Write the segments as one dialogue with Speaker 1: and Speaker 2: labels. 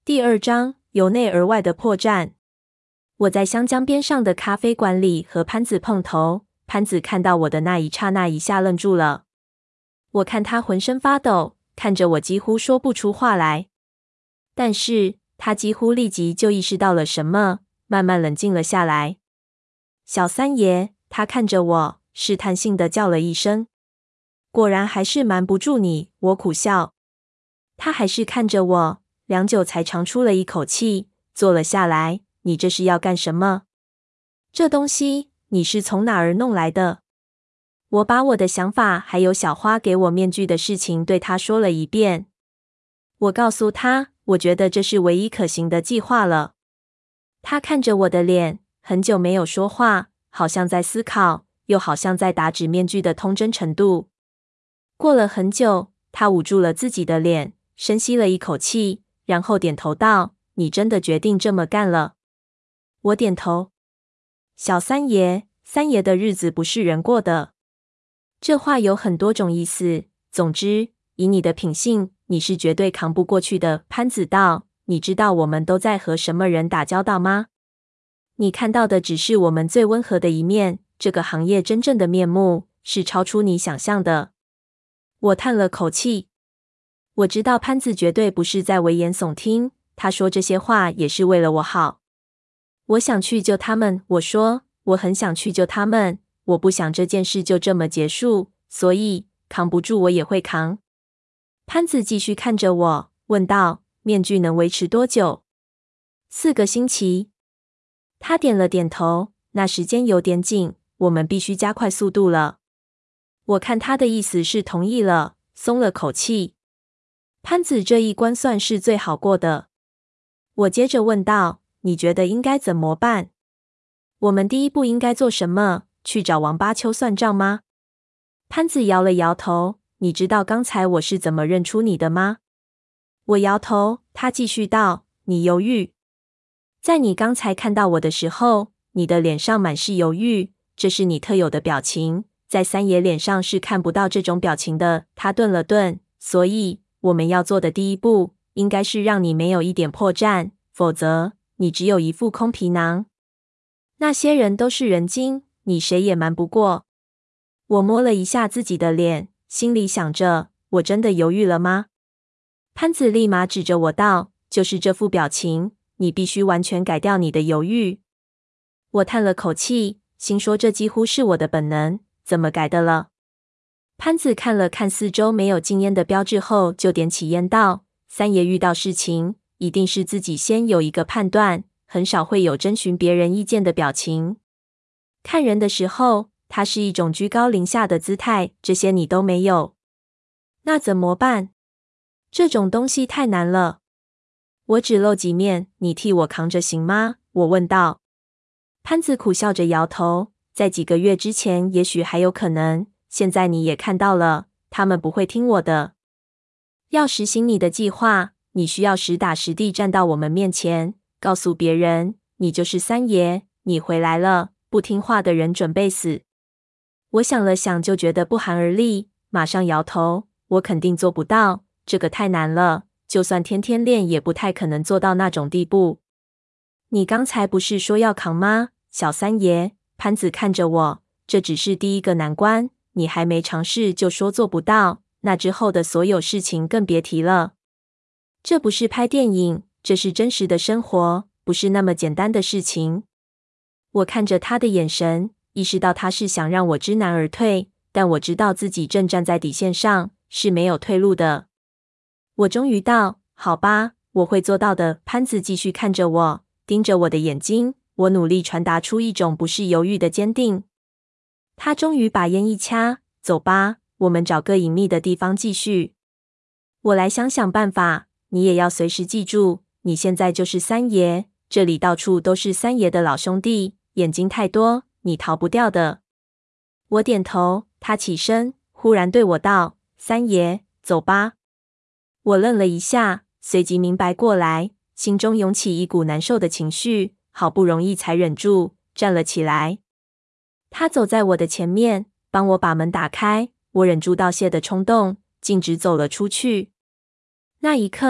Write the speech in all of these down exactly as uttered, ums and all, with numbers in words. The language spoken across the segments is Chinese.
Speaker 1: 第二章由内而外的破绽。我在湘江边上的咖啡馆里和潘子碰头，潘子看到我的那一刹那一下愣住了。我看他浑身发抖，看着我几乎说不出话来。但是他几乎立即就意识到了什么，慢慢冷静了下来。小三爷，他看着我，试探性的叫了一声。果然还是瞒不住你，我苦笑。他还是看着我，良久才长出了一口气，坐了下来。你这是要干什么？这东西你是从哪儿弄来的？我把我的想法还有小花给我面具的事情对他说了一遍。我告诉他，我觉得这是唯一可行的计划了。他看着我的脸，很久没有说话，好像在思考，又好像在打指面具的通真程度。过了很久，他捂住了自己的脸，深吸了一口气，然后点头道：你真的决定这么干了？我点头。小三爷，三爷的日子不是人过的。这话有很多种意思，总之，以你的品性，你是绝对扛不过去的。潘子道：你知道我们都在和什么人打交道吗？你看到的只是我们最温和的一面，这个行业真正的面目是超出你想象的。我叹了口气。我知道潘子绝对不是在危言耸听，他说这些话也是为了我好。我想去救他们，我说，我很想去救他们，我不想这件事就这么结束，所以扛不住我也会扛。潘子继续看着我，问道：面具能维持多久？四个星期。他点了点头，那时间有点紧，我们必须加快速度了。我看他的意思是同意了，松了口气。潘子这一关算是最好过的。我接着问道：你觉得应该怎么办？我们第一步应该做什么？去找王八丘算账吗？潘子摇了摇头。你知道刚才我是怎么认出你的吗？我摇头。他继续道：你犹豫。在你刚才看到我的时候，你的脸上满是犹豫，这是你特有的表情，在三爷脸上是看不到这种表情的。他顿了顿，所以我们要做的第一步，应该是让你没有一点破绽，否则你只有一副空皮囊。那些人都是人精，你谁也瞒不过。我摸了一下自己的脸，心里想着，我真的犹豫了吗？潘子立马指着我道：就是这副表情，你必须完全改掉你的犹豫。我叹了口气，心说这几乎是我的本能，怎么改的了？潘子看了看四周没有禁烟的标志后，就点起烟道：三爷遇到事情，一定是自己先有一个判断，很少会有征询别人意见的表情。看人的时候，他是一种居高临下的姿态，这些你都没有。那怎么办？这种东西太难了。我只露几面，你替我扛着行吗？我问道。潘子苦笑着摇头，在几个月之前也许还有可能，现在你也看到了，他们不会听我的。要实行你的计划，你需要实打实地站到我们面前，告诉别人，你就是三爷，你回来了，不听话的人准备死。我想了想，就觉得不寒而栗，马上摇头，我肯定做不到，这个太难了，就算天天练也不太可能做到那种地步。你刚才不是说要扛吗？小三爷，潘子看着我，这只是第一个难关，你还没尝试就说做不到，那之后的所有事情更别提了。这不是拍电影，这是真实的生活，不是那么简单的事情。我看着他的眼神，意识到他是想让我知难而退，但我知道自己正站在底线上，是没有退路的。我终于道：好吧，我会做到的。潘子继续看着我，盯着我的眼睛，我努力传达出一种不是犹豫的坚定。他终于把烟一掐，走吧，我们找个隐秘的地方继续。我来想想办法，你也要随时记住，你现在就是三爷，这里到处都是三爷的老兄弟，眼睛太多，你逃不掉的。我点头，他起身，忽然对我道：三爷，走吧。我愣了一下，随即明白过来，心中涌起一股难受的情绪，好不容易才忍住，站了起来。他走在我的前面，帮我把门打开，我忍住道谢的冲动，径直走了出去。那一刻，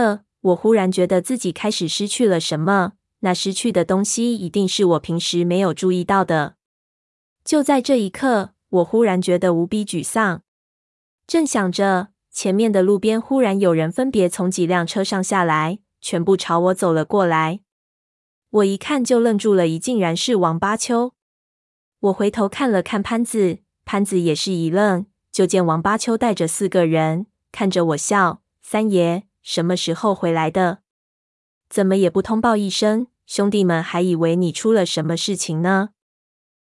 Speaker 1: 我忽然觉得自己开始失去了什么，那失去的东西一定是我平时没有注意到的。就在这一刻，我忽然觉得无比沮丧。正想着，前面的路边忽然有人分别从几辆车上下来，全部朝我走了过来。我一看就愣住了，一竟然是王八丘。我回头看了看潘子，潘子也是一愣，就见王八丘带着四个人，看着我笑：“三爷，什么时候回来的？怎么也不通报一声？兄弟们还以为你出了什么事情呢。”